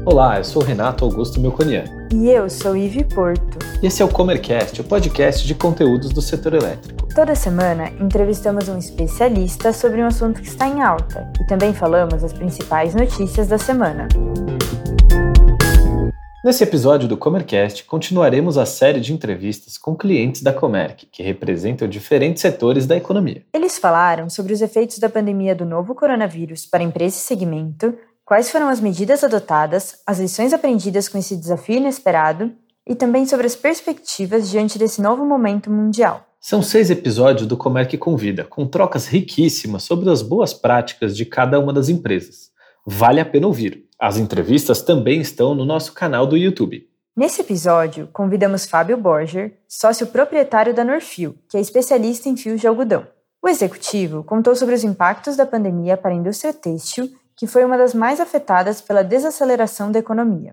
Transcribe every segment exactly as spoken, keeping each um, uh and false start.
Olá, eu sou Renato Augusto Melconian. E eu sou Ivi Porto. E esse é o Comercast, o podcast de conteúdos do setor elétrico. Toda semana entrevistamos um especialista sobre um assunto que está em alta e também falamos as principais notícias da semana. Nesse episódio do Comercast, continuaremos a série de entrevistas com clientes da Comerc, que representam diferentes setores da economia. Eles falaram sobre os efeitos da pandemia do novo coronavírus para a empresa e segmento, quais foram as medidas adotadas, as lições aprendidas com esse desafio inesperado e também sobre as perspectivas diante desse novo momento mundial. São seis episódios do Comerc Convida, com trocas riquíssimas sobre as boas práticas de cada uma das empresas. Vale a pena ouvir. As entrevistas também estão no nosso canal do YouTube. Nesse episódio, convidamos Fábio Borger, sócio proprietário da Norfil, que é especialista em fios de algodão. O executivo contou sobre os impactos da pandemia para a indústria têxtil, que foi uma das mais afetadas pela desaceleração da economia.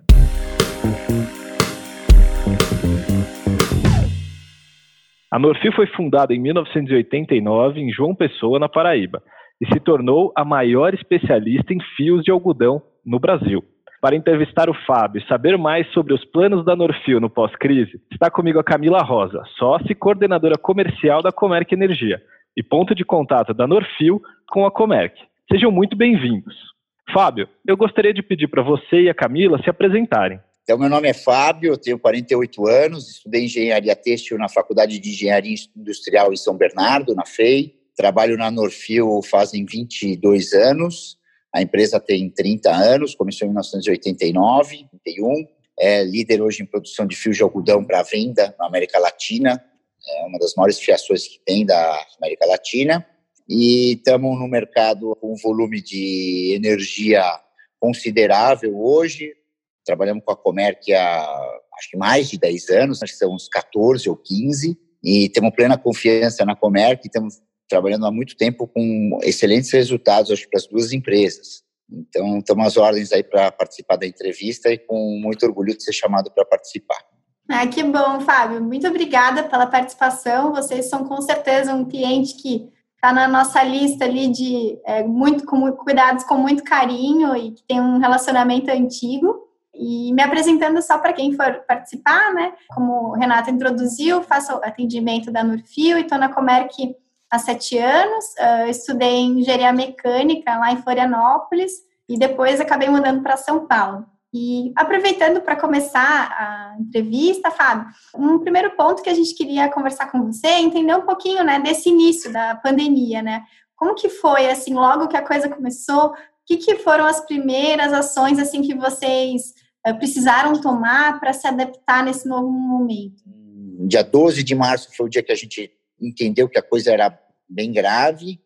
A Norfil foi fundada em mil novecentos e oitenta e nove em João Pessoa, na Paraíba, e se tornou a maior especialista em fios de algodão no Brasil. Para entrevistar o Fábio e saber mais sobre os planos da Norfil no pós-crise, está comigo a Camila Rosa, sócia e coordenadora comercial da Comerc Energia e ponto de contato da Norfil com a Comerc. Sejam muito bem-vindos. Fábio, eu gostaria de pedir para você e a Camila se apresentarem. Então, meu nome é Fábio, eu tenho quarenta e oito anos, estudei Engenharia Têxtil na Faculdade de Engenharia Industrial em São Bernardo, na F E I. Trabalho na Norfil fazem vinte e dois anos, a empresa tem trinta anos, começou em mil novecentos e oitenta e nove, oitenta e um, é líder hoje em produção de fios de algodão para venda na América Latina, é uma das maiores fiações que tem da América Latina, e estamos no mercado com um volume de energia considerável hoje. Trabalhamos com a Comerc há acho que mais de dez anos, acho que são uns catorze ou quinze, e temos plena confiança na Comerc, estamos trabalhando há muito tempo com excelentes resultados, acho, para as duas empresas. Então, estamos às ordens aí para participar da entrevista e com muito orgulho de ser chamado para participar. Ah, que bom, Fábio. Muito obrigada pela participação. Vocês são, com certeza, um cliente que está na nossa lista ali de é, muito, com, cuidados com muito carinho e que tem um relacionamento antigo. E me apresentando só para quem for participar, né? Como o Renato introduziu, faço atendimento da Norfil e estou na Comerc há sete anos, uh, estudei engenharia mecânica lá em Florianópolis e depois acabei mudando para São Paulo. E aproveitando para começar a entrevista, Fábio, um primeiro ponto que a gente queria conversar com você é entender um pouquinho, né, desse início da pandemia, né? Como que foi, assim, logo que a coisa começou, o que, que foram as primeiras ações, assim, que vocês uh, precisaram tomar para se adaptar nesse novo momento? Dia doze de março foi o dia que a gente entendeu que a coisa era bem grave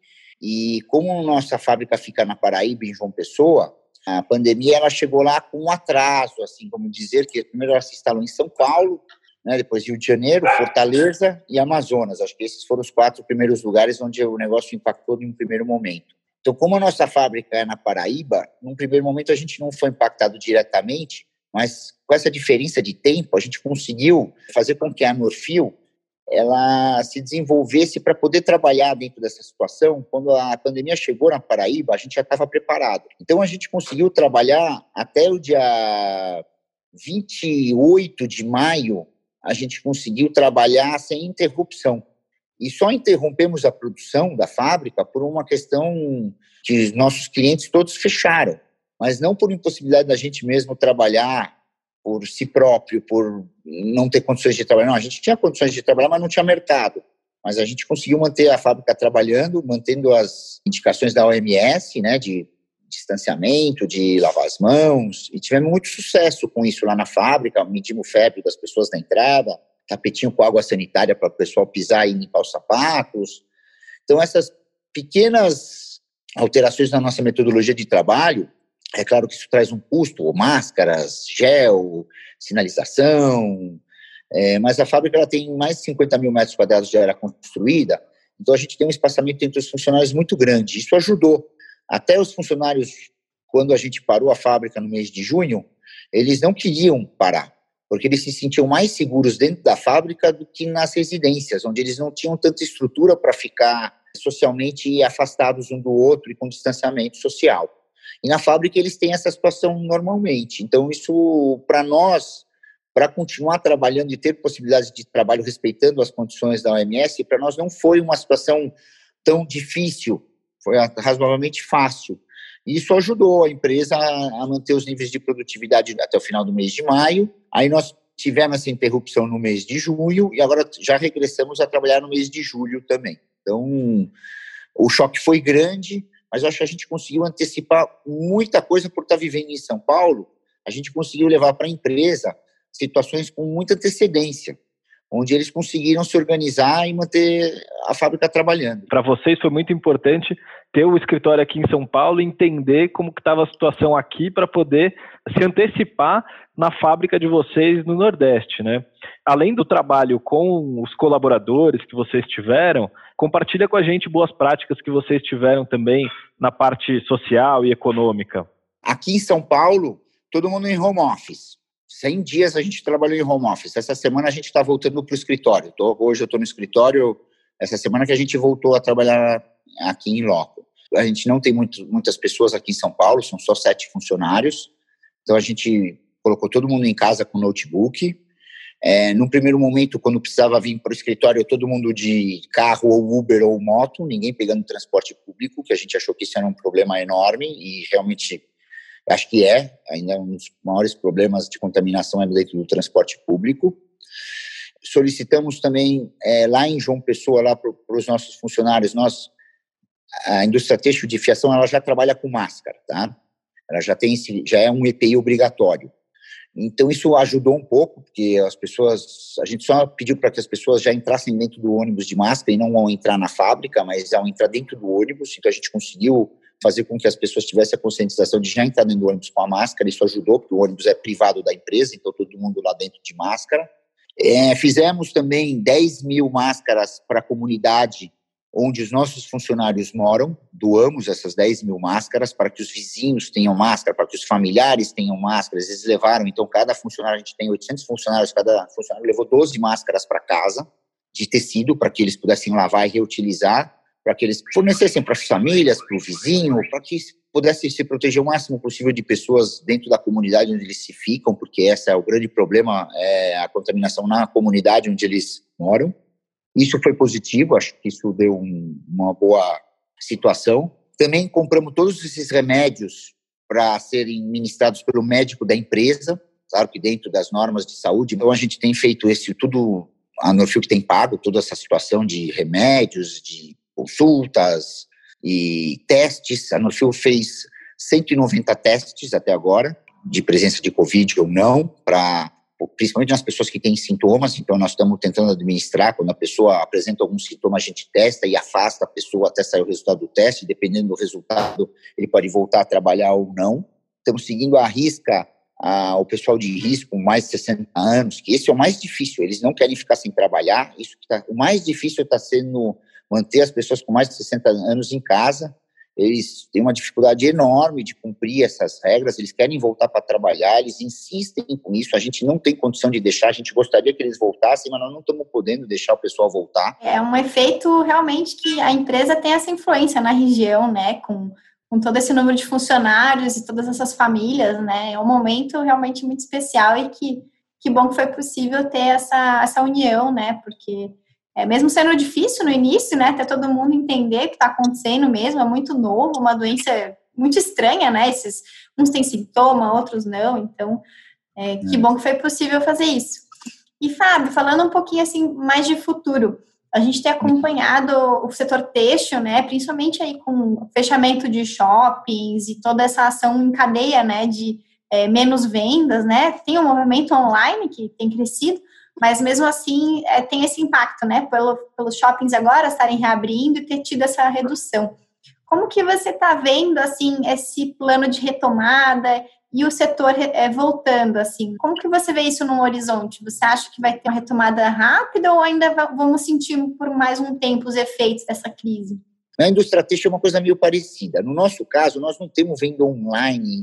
e como nossa fábrica fica na Paraíba, em João Pessoa, a pandemia ela chegou lá com um atraso, assim, como dizer, que primeiro ela se instalou em São Paulo, né, depois Rio de Janeiro, Fortaleza e Amazonas. Acho que esses foram os quatro primeiros lugares onde o negócio impactou em um primeiro momento. Então, como a nossa fábrica é na Paraíba, num primeiro momento a gente não foi impactado diretamente, mas com essa diferença de tempo, a gente conseguiu fazer com que a Norfil ela se desenvolvesse para poder trabalhar dentro dessa situação. Quando a pandemia chegou na Paraíba, a gente já estava preparado. Então, a gente conseguiu trabalhar até o dia vinte e oito de maio, a gente conseguiu trabalhar sem interrupção. E só interrompemos a produção da fábrica por uma questão que nossos clientes todos fecharam, mas não por impossibilidade da gente mesmo trabalhar por si próprio, por não ter condições de trabalhar. Não, a gente tinha condições de trabalhar, mas não tinha mercado. Mas a gente conseguiu manter a fábrica trabalhando, mantendo as indicações da O M S, né, de distanciamento, de lavar as mãos, e tivemos muito sucesso com isso lá na fábrica. Medimos o febre das pessoas na entrada, tapetinho com água sanitária para o pessoal pisar e limpar os sapatos. Então, essas pequenas alterações na nossa metodologia de trabalho, é claro que isso traz um custo, máscaras, gel, sinalização, é, mas a fábrica ela tem mais de cinquenta mil metros quadrados de área construída, então a gente tem um espaçamento entre os funcionários muito grande. Isso ajudou. Até os funcionários, quando a gente parou a fábrica no mês de junho, eles não queriam parar, porque eles se sentiam mais seguros dentro da fábrica do que nas residências, onde eles não tinham tanta estrutura para ficar socialmente afastados um do outro e com distanciamento social. E na fábrica eles têm essa situação normalmente. Então isso, para nós, para continuar trabalhando e ter possibilidades de trabalho respeitando as condições da O M S, para nós não foi uma situação tão difícil, foi razoavelmente fácil. E isso ajudou a empresa a manter os níveis de produtividade até o final do mês de maio. Aí nós tivemos essa interrupção no mês de junho e agora já regressamos a trabalhar no mês de julho também. Então, o choque foi grande, mas eu acho que a gente conseguiu antecipar muita coisa por estar vivendo em São Paulo. A gente conseguiu levar para a empresa situações com muita antecedência, onde eles conseguiram se organizar e manter a fábrica trabalhando. Para vocês foi muito importante ter o escritório aqui em São Paulo e entender como que estava a situação aqui para poder se antecipar na fábrica de vocês no Nordeste, né? Além do trabalho com os colaboradores que vocês tiveram, compartilha com a gente boas práticas que vocês tiveram também na parte social e econômica. Aqui em São Paulo, todo mundo em home office. cem dias a gente trabalhou em home office. Essa semana a gente está voltando para o escritório. Tô, hoje eu estou no escritório, essa semana que a gente voltou a trabalhar aqui em loco. A gente não tem muito, muitas pessoas aqui em São Paulo, são só sete funcionários. Então a gente colocou todo mundo em casa com notebook. É, no primeiro momento, quando precisava vir para o escritório, todo mundo de carro ou Uber ou moto, ninguém pegando transporte público, que a gente achou que isso era um problema enorme e realmente acho que é, ainda um dos maiores problemas de contaminação é dentro do transporte público. Solicitamos também, é, lá em João Pessoa, lá para os nossos funcionários, nós, a indústria têxtil de fiação, ela já trabalha com máscara, tá? Ela já tem, já é um E P I obrigatório. Então, isso ajudou um pouco, porque as pessoas, a gente só pediu para que as pessoas já entrassem dentro do ônibus de máscara e não ao entrar na fábrica, mas ao entrar dentro do ônibus. Então, a gente conseguiu fazer com que as pessoas tivessem a conscientização de já entrar dentro do ônibus com a máscara. Isso ajudou, porque o ônibus é privado da empresa, então todo mundo lá dentro de máscara. É, fizemos também dez mil máscaras para a comunidade onde os nossos funcionários moram. Doamos essas dez mil máscaras para que os vizinhos tenham máscara, para que os familiares tenham máscaras. Eles levaram, então cada funcionário, a gente tem oitocentos funcionários, cada funcionário levou doze máscaras para casa, de tecido, para que eles pudessem lavar e reutilizar, para que eles fornecessem para as famílias, para o vizinho, para que pudessem se proteger o máximo possível de pessoas dentro da comunidade onde eles se ficam, porque esse é o grande problema, é a contaminação na comunidade onde eles moram. Isso foi positivo, acho que isso deu um, uma boa situação. Também compramos todos esses remédios para serem ministrados pelo médico da empresa, claro que dentro das normas de saúde. Então a gente tem feito esse tudo, a Norfil que tem pago toda essa situação de remédios, de consultas e testes. A Norfil fez cento e noventa testes até agora, de presença de Covid ou não, para principalmente nas pessoas que têm sintomas. Então nós estamos tentando administrar, quando a pessoa apresenta algum sintoma, a gente testa e afasta a pessoa até sair o resultado do teste. Dependendo do resultado, ele pode voltar a trabalhar ou não. Estamos seguindo à risca a, o pessoal de risco, mais de sessenta anos, que esse é o mais difícil. Eles não querem ficar sem trabalhar. Isso que tá, o mais difícil está sendo manter as pessoas com mais de sessenta anos em casa. Eles têm uma dificuldade enorme de cumprir essas regras, eles querem voltar para trabalhar, eles insistem com isso, a gente não tem condição de deixar, a gente gostaria que eles voltassem, mas nós não estamos podendo deixar o pessoal voltar. É um efeito realmente que a empresa tem essa influência na região, né, com, com todo esse número de funcionários e todas essas famílias, né, é um momento realmente muito especial e que, que bom que foi possível ter essa, essa união, né, porque... É, mesmo sendo difícil no início, né, até todo mundo entender o que está acontecendo mesmo, é muito novo, uma doença muito estranha, né, esses, uns têm sintoma, outros não, então, é, que bom que foi possível fazer isso. E, Fábio, falando um pouquinho, assim, mais de futuro, a gente tem acompanhado o setor têxtil, né, principalmente aí com o fechamento de shoppings e toda essa ação em cadeia, né, de é, menos vendas, né, tem um movimento online que tem crescido, mas mesmo assim é, tem esse impacto, né, pelo, pelos shoppings agora estarem reabrindo e ter tido essa redução. Como que você está vendo, assim, esse plano de retomada e o setor é, voltando, assim? Como que você vê isso no horizonte? Você acha que vai ter uma retomada rápida ou ainda vamos sentir por mais um tempo os efeitos dessa crise? Na indústria têxtil é uma coisa meio parecida. No nosso caso, nós não temos venda online.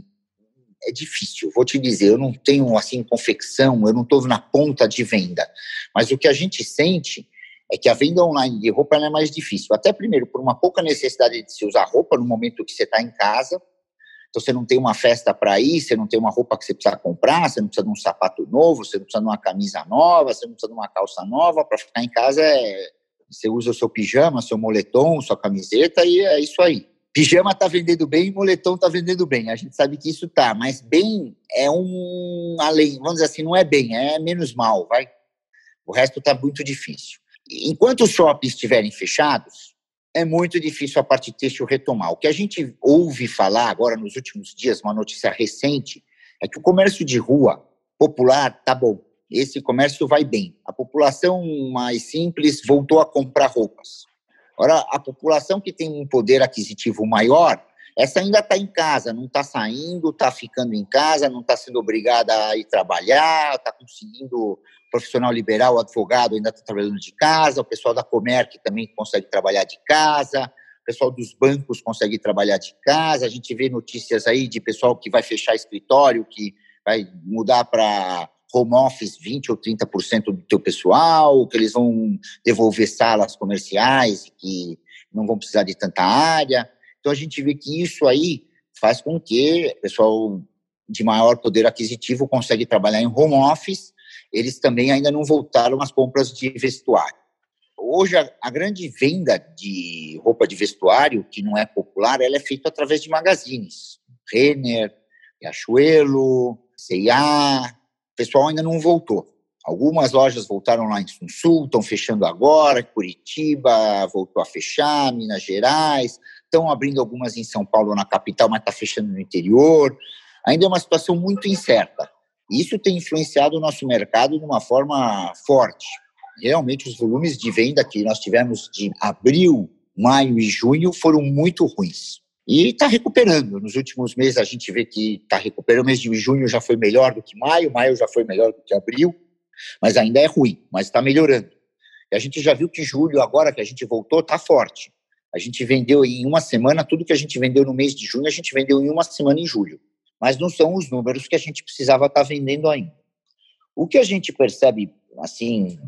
É difícil, vou te dizer, eu não tenho assim confecção, eu não estou na ponta de venda, mas o que a gente sente é que a venda online de roupa é mais difícil, até primeiro por uma pouca necessidade de se usar roupa no momento que você está em casa, Então, você não tem uma festa para ir, você não tem uma roupa que você precisa comprar, você não precisa de um sapato novo, você não precisa de uma camisa nova, você não precisa de uma calça nova. Para ficar em casa, é, você usa o seu pijama, seu moletom, sua camiseta e é isso aí. Pijama está vendendo bem e moletom está vendendo bem. A gente sabe que isso tá, mas bem é um além, vamos dizer assim, não é bem, é menos mal, vai. O resto está muito difícil. Enquanto os shoppings estiverem fechados, é muito difícil a parte têxtil retomar. O que a gente ouve falar agora nos últimos dias, uma notícia recente, é que o comércio de rua popular tá bom. Esse comércio vai bem. A população mais simples voltou a comprar roupas. Agora, a população que tem um poder aquisitivo maior, essa ainda está em casa, não está saindo, está ficando em casa, não está sendo obrigada a ir trabalhar, está conseguindo, profissional liberal, advogado, ainda está trabalhando de casa, o pessoal da Comerc também consegue trabalhar de casa, o pessoal dos bancos consegue trabalhar de casa, a gente vê notícias aí de pessoal que vai fechar escritório, que vai mudar para home office vinte ou trinta por cento do teu pessoal, que eles vão devolver salas comerciais, que não vão precisar de tanta área. Então, a gente vê que isso aí faz com que o pessoal de maior poder aquisitivo consegue trabalhar em home office, eles também ainda não voltaram às compras de vestuário. Hoje, a, a grande venda de roupa de vestuário, que não é popular, ela é feita através de magazines. Renner, Riachuelo, C e A. O pessoal ainda não voltou. Algumas lojas voltaram lá no Sul, estão fechando agora, Curitiba voltou a fechar, Minas Gerais, estão abrindo algumas em São Paulo, na capital, mas está fechando no interior. Ainda é uma situação muito incerta. Isso tem influenciado o nosso mercado de uma forma forte. Realmente, os volumes de venda que nós tivemos de abril, maio e junho foram muito ruins. E está recuperando. Nos últimos meses, a gente vê que está recuperando. O mês de junho já foi melhor do que maio, maio já foi melhor do que abril, mas ainda é ruim, mas está melhorando. E a gente já viu que julho, agora que a gente voltou, está forte. A gente vendeu em uma semana, tudo que a gente vendeu no mês de junho, a gente vendeu em uma semana em julho. Mas não são os números que a gente precisava estar vendendo ainda. O que a gente percebe, assim,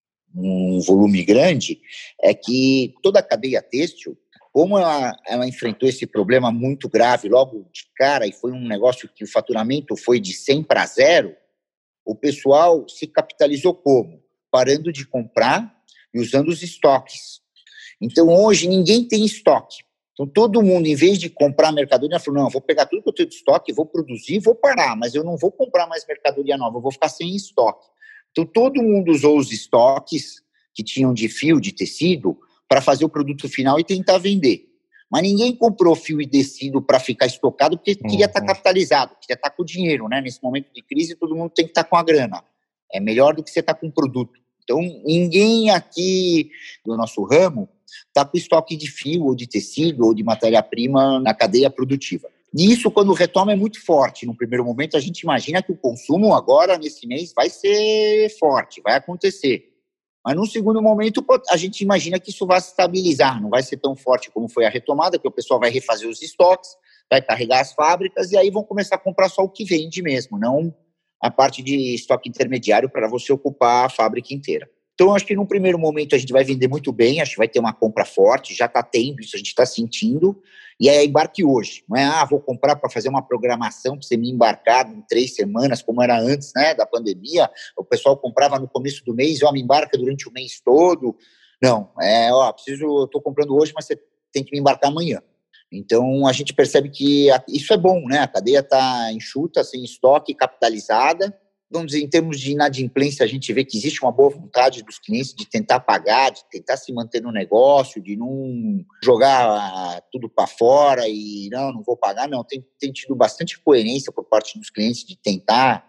um volume grande, é que toda a cadeia têxtil, como ela, ela enfrentou esse problema muito grave logo de cara, e foi um negócio que o faturamento foi de cem para zero, o pessoal se capitalizou como? Parando de comprar e usando os estoques. Então, hoje, ninguém tem estoque. Então, todo mundo, em vez de comprar mercadoria, falou, não, vou pegar tudo que eu tenho de estoque, vou produzir, vou parar, mas eu não vou comprar mais mercadoria nova, eu vou ficar sem estoque. Então, todo mundo usou os estoques que tinham de fio, de tecido, para fazer o produto final e tentar vender. Mas ninguém comprou fio e tecido para ficar estocado, porque queria estar tá capitalizado, queria estar tá com o dinheiro, né? Nesse momento de crise, todo mundo tem que estar tá com a grana. É melhor do que você estar tá com o produto. Então, ninguém aqui do nosso ramo está com estoque de fio, ou de tecido, ou de matéria-prima na cadeia produtiva. E isso, quando retoma, é muito forte. No primeiro momento, a gente imagina que o consumo agora, nesse mês, vai ser forte, vai acontecer. Mas, no segundo momento, a gente imagina que isso vai se estabilizar, não vai ser tão forte como foi a retomada, que o pessoal vai refazer os estoques, vai carregar as fábricas, e aí vão começar a comprar só o que vende mesmo, não a parte de estoque intermediário para você ocupar a fábrica inteira. Então, acho que no primeiro momento a gente vai vender muito bem, acho que vai ter uma compra forte, já está tendo, isso a gente está sentindo, e aí embarque hoje. Não é, ah, vou comprar para fazer uma programação para você me embarcar em três semanas, como era antes, né, da pandemia, o pessoal comprava no começo do mês, ó, me embarca durante o mês todo. Não, é, ó, preciso, eu estou comprando hoje, mas você tem que me embarcar amanhã. Então, a gente percebe que a, isso é bom, né, a cadeia está enxuta, sem estoque, capitalizada. Vamos dizer, em termos de inadimplência, a gente vê que existe uma boa vontade dos clientes de tentar pagar, de tentar se manter no negócio, de não jogar tudo para fora e não, não vou pagar, não. Tem, tem tido bastante coerência por parte dos clientes de tentar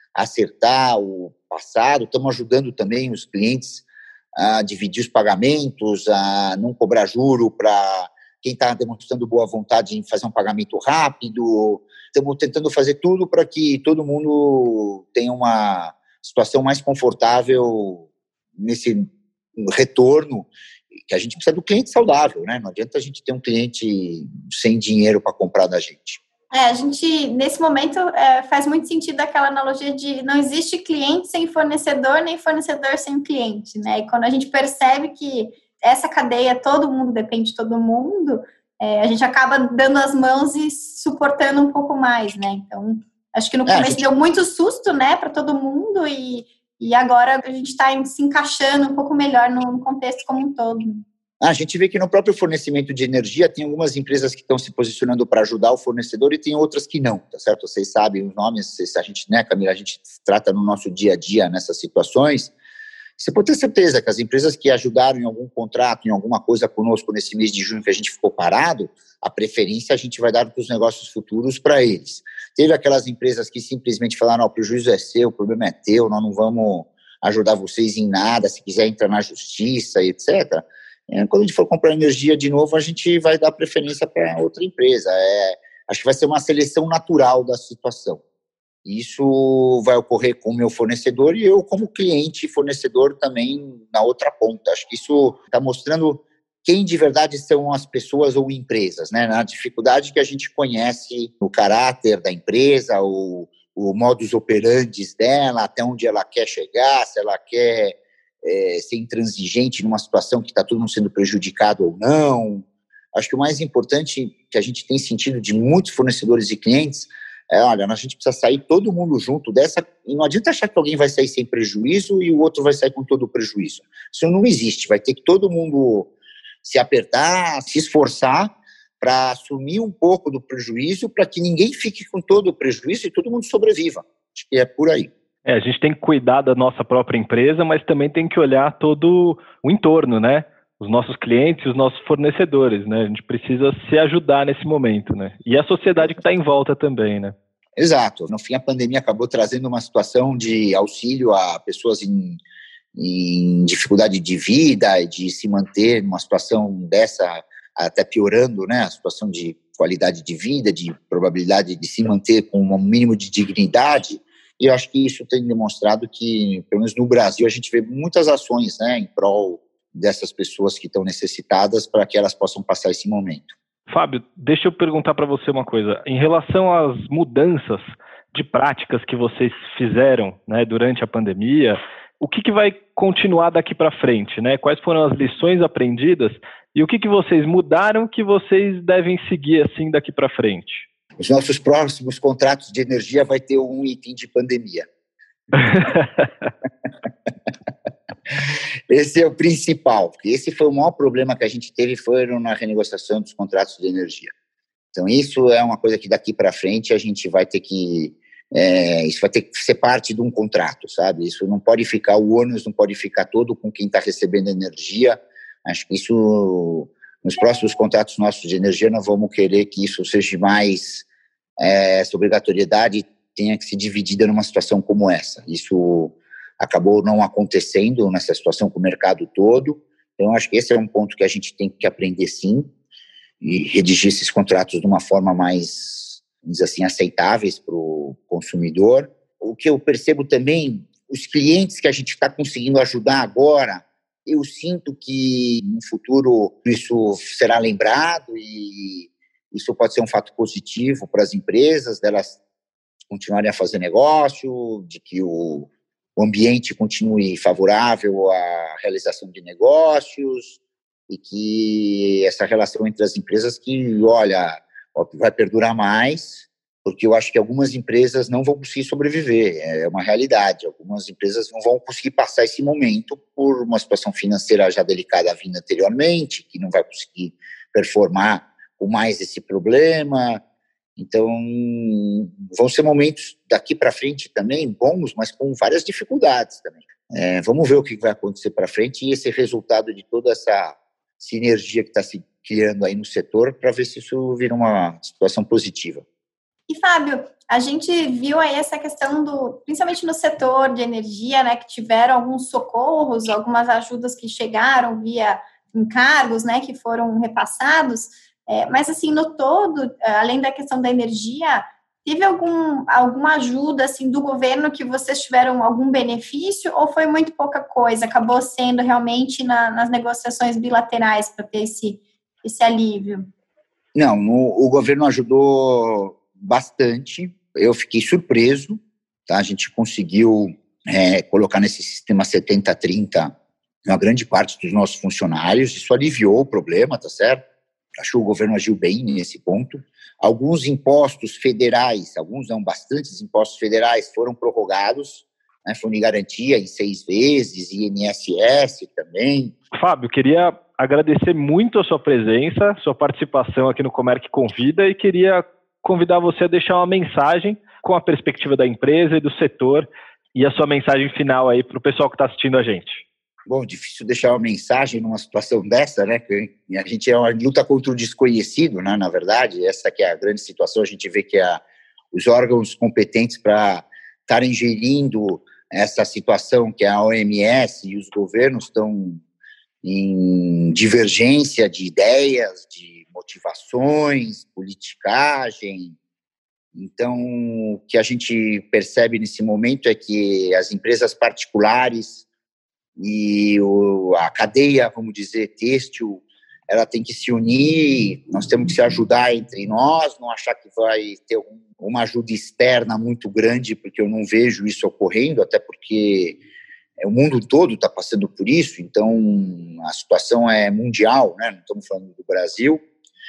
acertar o passado. Estamos ajudando também os clientes a dividir os pagamentos, a não cobrar juro para quem está demonstrando boa vontade em fazer um pagamento rápido. Estamos tentando fazer tudo para que todo mundo tenha uma situação mais confortável nesse retorno, que a gente precisa do cliente saudável, né? Não adianta a gente ter um cliente sem dinheiro para comprar da gente. É, a gente, nesse momento, é, faz muito sentido aquela analogia de não existe cliente sem fornecedor, nem fornecedor sem cliente, né? E quando a gente percebe que essa cadeia, todo mundo depende de todo mundo, é, a gente acaba dando as mãos e suportando um pouco mais, né? Então, acho que no começo é, gente... deu muito susto, né, para todo mundo e, e agora a gente está se encaixando um pouco melhor no contexto como um todo. A gente vê que no próprio fornecimento de energia tem algumas empresas que estão se posicionando para ajudar o fornecedor e tem outras que não, tá certo? Vocês sabem os nomes, a gente, né, Camila, a gente trata no nosso dia a dia nessas situações. Você pode ter certeza que as empresas que ajudaram em algum contrato, em alguma coisa conosco nesse mês de junho que a gente ficou parado, a preferência a gente vai dar para os negócios futuros para eles. Teve aquelas empresas que simplesmente falaram, oh, o prejuízo é seu, o problema é teu, nós não vamos ajudar vocês em nada, se quiser entrar na justiça, etcétera. Quando a gente for comprar energia de novo, a gente vai dar preferência para outra empresa. É, acho que vai ser uma seleção natural da situação. Isso vai ocorrer com o meu fornecedor e eu, como cliente e fornecedor, também na outra ponta. Acho que isso está mostrando quem de verdade são as pessoas ou empresas, né? Na dificuldade que a gente conhece o caráter da empresa, o, o modus operandi dela, até onde ela quer chegar, se ela quer... É, ser intransigente numa situação que está todo mundo sendo prejudicado ou não. Acho que o mais importante que a gente tem sentido de muitos fornecedores e clientes é, olha, a gente precisa sair todo mundo junto dessa, e não adianta achar que alguém vai sair sem prejuízo e o outro vai sair com todo o prejuízo. Isso não existe, vai ter que todo mundo se apertar, se esforçar para assumir um pouco do prejuízo para que ninguém fique com todo o prejuízo e todo mundo sobreviva. Acho que é por aí. É, a gente tem que cuidar da nossa própria empresa, mas também tem que olhar todo o entorno, né? Os nossos clientes e os nossos fornecedores, né? A gente precisa se ajudar nesse momento, né? E a sociedade que está em volta também, né? Exato. No fim, a pandemia acabou trazendo uma situação de auxílio a pessoas em, em dificuldade de vida e de se manter numa situação dessa, até piorando, né? A situação de qualidade de vida, de probabilidade de se manter com um mínimo de dignidade. E eu acho que isso tem demonstrado que, pelo menos no Brasil, a gente vê muitas ações, né, em prol dessas pessoas que estão necessitadas para que elas possam passar esse momento. Fábio, deixa eu perguntar para você uma coisa. Em relação às mudanças de práticas que vocês fizeram, né, durante a pandemia, o que, que vai continuar daqui para frente, né? Quais foram as lições aprendidas e o que, que vocês mudaram que vocês devem seguir assim daqui para frente? Os nossos próximos contratos de energia vai ter um item de pandemia. Esse é o principal, porque esse foi o maior problema que a gente teve, foi na renegociação dos contratos de energia. Então, isso é uma coisa que daqui para frente a gente vai ter que... É, isso vai ter que ser parte de um contrato, sabe? Isso não pode ficar, o ônus não pode ficar todo com quem está recebendo energia. Acho que isso... Nos próximos contratos nossos de energia, nós vamos querer que isso seja mais, é, essa obrigatoriedade tenha que ser dividida numa situação como essa. Isso acabou não acontecendo nessa situação com o mercado todo. Então, acho que esse é um ponto que a gente tem que aprender sim e redigir esses contratos de uma forma mais, vamos dizer assim, aceitáveis para o consumidor. O que eu percebo também, os clientes que a gente está conseguindo ajudar agora, eu sinto que no futuro isso será lembrado e isso pode ser um fato positivo para as empresas, delas continuarem a fazer negócio, de que o, o ambiente continue favorável à realização de negócios e que essa relação entre as empresas que, olha, vai perdurar mais, porque eu acho que algumas empresas não vão conseguir sobreviver, é uma realidade. Algumas empresas não vão conseguir passar esse momento por uma situação financeira já delicada vinda anteriormente, que não vai conseguir performar com mais esse problema. Então, vão ser momentos daqui para frente também bons, mas com várias dificuldades também. É, vamos ver o que vai acontecer para frente e esse resultado de toda essa sinergia que está se criando aí no setor para ver se isso vira uma situação positiva. E, Fábio, a gente viu aí essa questão do, principalmente no setor de energia, né, que tiveram alguns socorros, algumas ajudas que chegaram via encargos, né, que foram repassados, é, mas, assim, no todo, além da questão da energia, teve algum, alguma ajuda, assim, do governo que vocês tiveram algum benefício ou foi muito pouca coisa? Acabou sendo realmente na, nas negociações bilaterais para ter esse, esse alívio? Não, no, o governo ajudou bastante, eu fiquei surpreso, tá? A gente conseguiu é, colocar nesse sistema setenta trinta uma grande parte dos nossos funcionários, isso aliviou o problema, tá certo? Acho que o governo agiu bem nesse ponto. Alguns impostos federais, alguns não, bastantes impostos federais foram prorrogados, né, fundo de garantia em seis vezes, I N S S também. Fábio, queria agradecer muito a sua presença, sua participação aqui no Comerc Convida e queria convidar você a deixar uma mensagem com a perspectiva da empresa e do setor e a sua mensagem final aí para o pessoal que está assistindo a gente. Bom, difícil deixar uma mensagem numa situação dessa, né? A gente é uma luta contra o desconhecido, né? Na verdade, essa que é a grande situação. A gente vê que a, os órgãos competentes para estarem gerindo essa situação, que é a O M S e os governos, estão em divergência de ideias, de motivações, politicagem. Então, o que a gente percebe nesse momento é que as empresas particulares e o, a cadeia, vamos dizer, têxtil, ela tem que se unir, nós temos que se ajudar entre nós, não achar que vai ter um, uma ajuda externa muito grande, porque eu não vejo isso ocorrendo, até porque o mundo todo está passando por isso, então a situação é mundial, né? Não estamos falando do Brasil,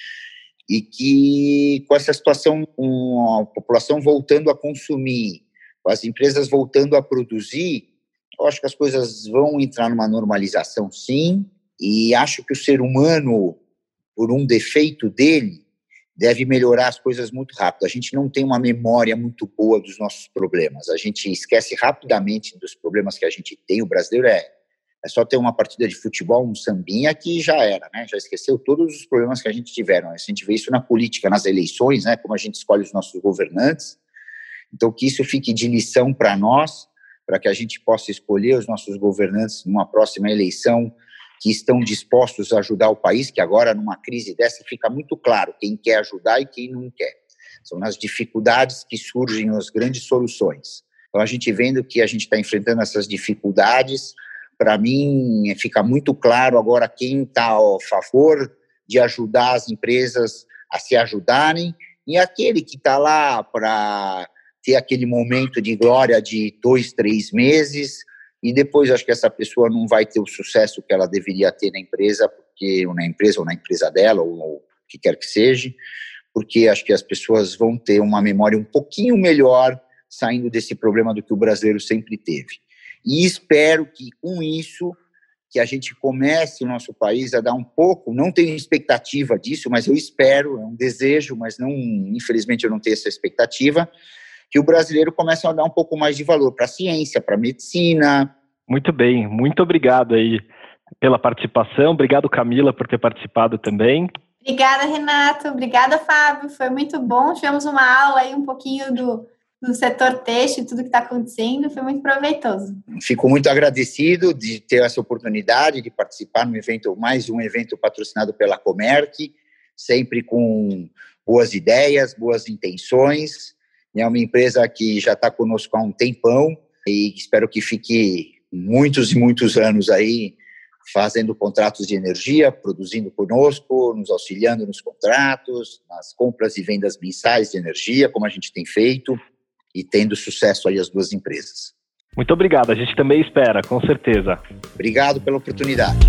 e que com essa situação, com a população voltando a consumir, com as empresas voltando a produzir, eu acho que as coisas vão entrar numa normalização, sim, e acho que o ser humano, por um defeito dele, deve melhorar as coisas muito rápido. A gente não tem uma memória muito boa dos nossos problemas. A gente esquece rapidamente dos problemas que a gente tem. O brasileiro é, é só ter uma partida de futebol, um sambinha, que já era, né? Já esqueceu todos os problemas que a gente tiveram. A gente vê isso na política, nas eleições, né? Como a gente escolhe os nossos governantes. Então, que isso fique de lição para nós, para que a gente possa escolher os nossos governantes numa próxima eleição que estão dispostos a ajudar o país, que agora, numa crise dessa, fica muito claro quem quer ajudar e quem não quer. São nas dificuldades que surgem as grandes soluções. Então, a gente vendo que a gente está enfrentando essas dificuldades, para mim, fica muito claro agora quem está a favor de ajudar as empresas a se ajudarem e aquele que está lá para ter aquele momento de glória de dois, três meses e depois acho que essa pessoa não vai ter o sucesso que ela deveria ter na empresa, porque, ou na empresa ou na empresa dela, ou, ou o que quer que seja, porque acho que as pessoas vão ter uma memória um pouquinho melhor saindo desse problema do que o brasileiro sempre teve. E espero que com isso, que a gente comece o nosso país a dar um pouco, não tenho expectativa disso, mas eu espero, é um desejo, mas não, infelizmente eu não tenho essa expectativa, que o brasileiro comece a dar um pouco mais de valor para a ciência, para a medicina. Muito bem, muito obrigado aí pela participação, obrigado Camila por ter participado também. Obrigada, Renato, obrigada, Fábio, foi muito bom, tivemos uma aula aí um pouquinho do, do setor têxtil, tudo que está acontecendo, foi muito proveitoso. Fico muito agradecido de ter essa oportunidade de participar no evento, mais um evento patrocinado pela Comerc, sempre com boas ideias, boas intenções. É uma empresa que já está conosco há um tempão e espero que fique muitos e muitos anos aí fazendo contratos de energia, produzindo conosco, nos auxiliando nos contratos, nas compras e vendas mensais de energia, como a gente tem feito, e tendo sucesso aí as duas empresas. Muito obrigado, a gente também espera, com certeza. Obrigado pela oportunidade.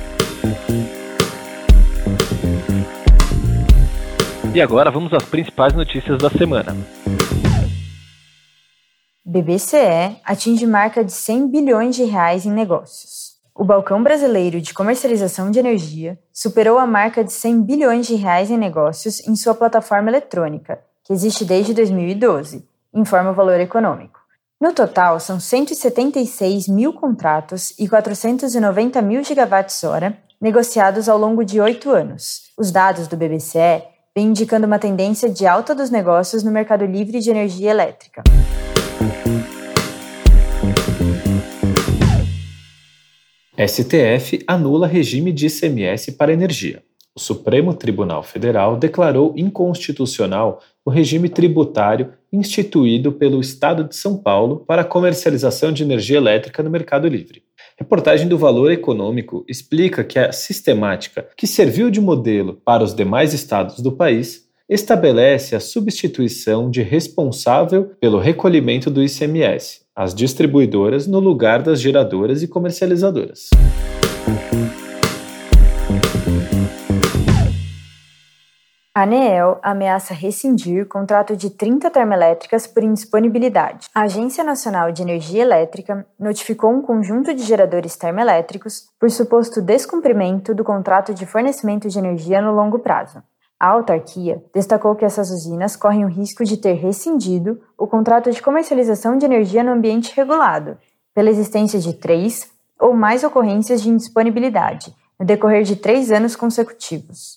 E agora vamos às principais notícias da semana. B B C E atinge marca de cem bilhões de reais em negócios. O balcão brasileiro de comercialização de energia superou a marca de cem bilhões de reais em negócios em sua plataforma eletrônica, que existe desde dois mil e doze, informa o Valor Econômico. No total, são cento e setenta e seis mil contratos e quatrocentos e noventa mil gigawatts-hora negociados ao longo de oito anos. Os dados do B B C E vêm indicando uma tendência de alta dos negócios no mercado livre de energia elétrica. S T F anula regime de I C M S para energia. O Supremo Tribunal Federal declarou inconstitucional o regime tributário instituído pelo Estado de São Paulo para a comercialização de energia elétrica no mercado livre. Reportagem do Valor Econômico explica que a sistemática que serviu de modelo para os demais estados do país estabelece a substituição de responsável pelo recolhimento do I C M S, as distribuidoras, no lugar das geradoras e comercializadoras. A ANEEL ameaça rescindir contrato de trinta termoelétricas por indisponibilidade. A Agência Nacional de Energia Elétrica notificou um conjunto de geradores termoelétricos por suposto descumprimento do contrato de fornecimento de energia no longo prazo. A autarquia destacou que essas usinas correm o risco de ter rescindido o contrato de comercialização de energia no ambiente regulado, pela existência de três ou mais ocorrências de indisponibilidade, no decorrer de três anos consecutivos.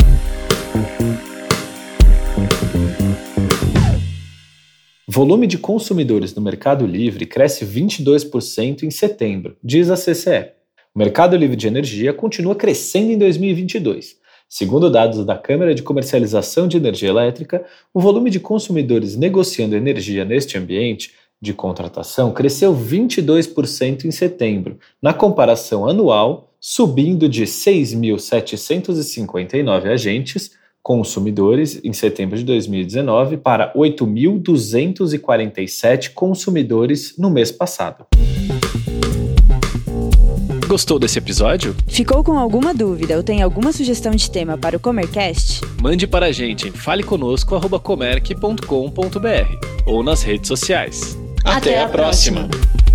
Volume de consumidores no Mercado Livre cresce vinte e dois por cento em setembro, diz a C C E. O Mercado Livre de Energia continua crescendo em dois mil e vinte e dois. Segundo dados da Câmara de Comercialização de Energia Elétrica, o volume de consumidores negociando energia neste ambiente de contratação cresceu vinte e dois por cento em setembro, na comparação anual, subindo de seis mil setecentos e cinquenta e nove agentes consumidores em setembro de dois mil e dezenove para oito mil duzentos e quarenta e sete consumidores no mês passado. Gostou desse episódio? Ficou com alguma dúvida ou tem alguma sugestão de tema para o Comercast? Mande para a gente em faleconosco arroba comerc ponto com ponto b r ou nas redes sociais. Até, Até a próxima. próxima.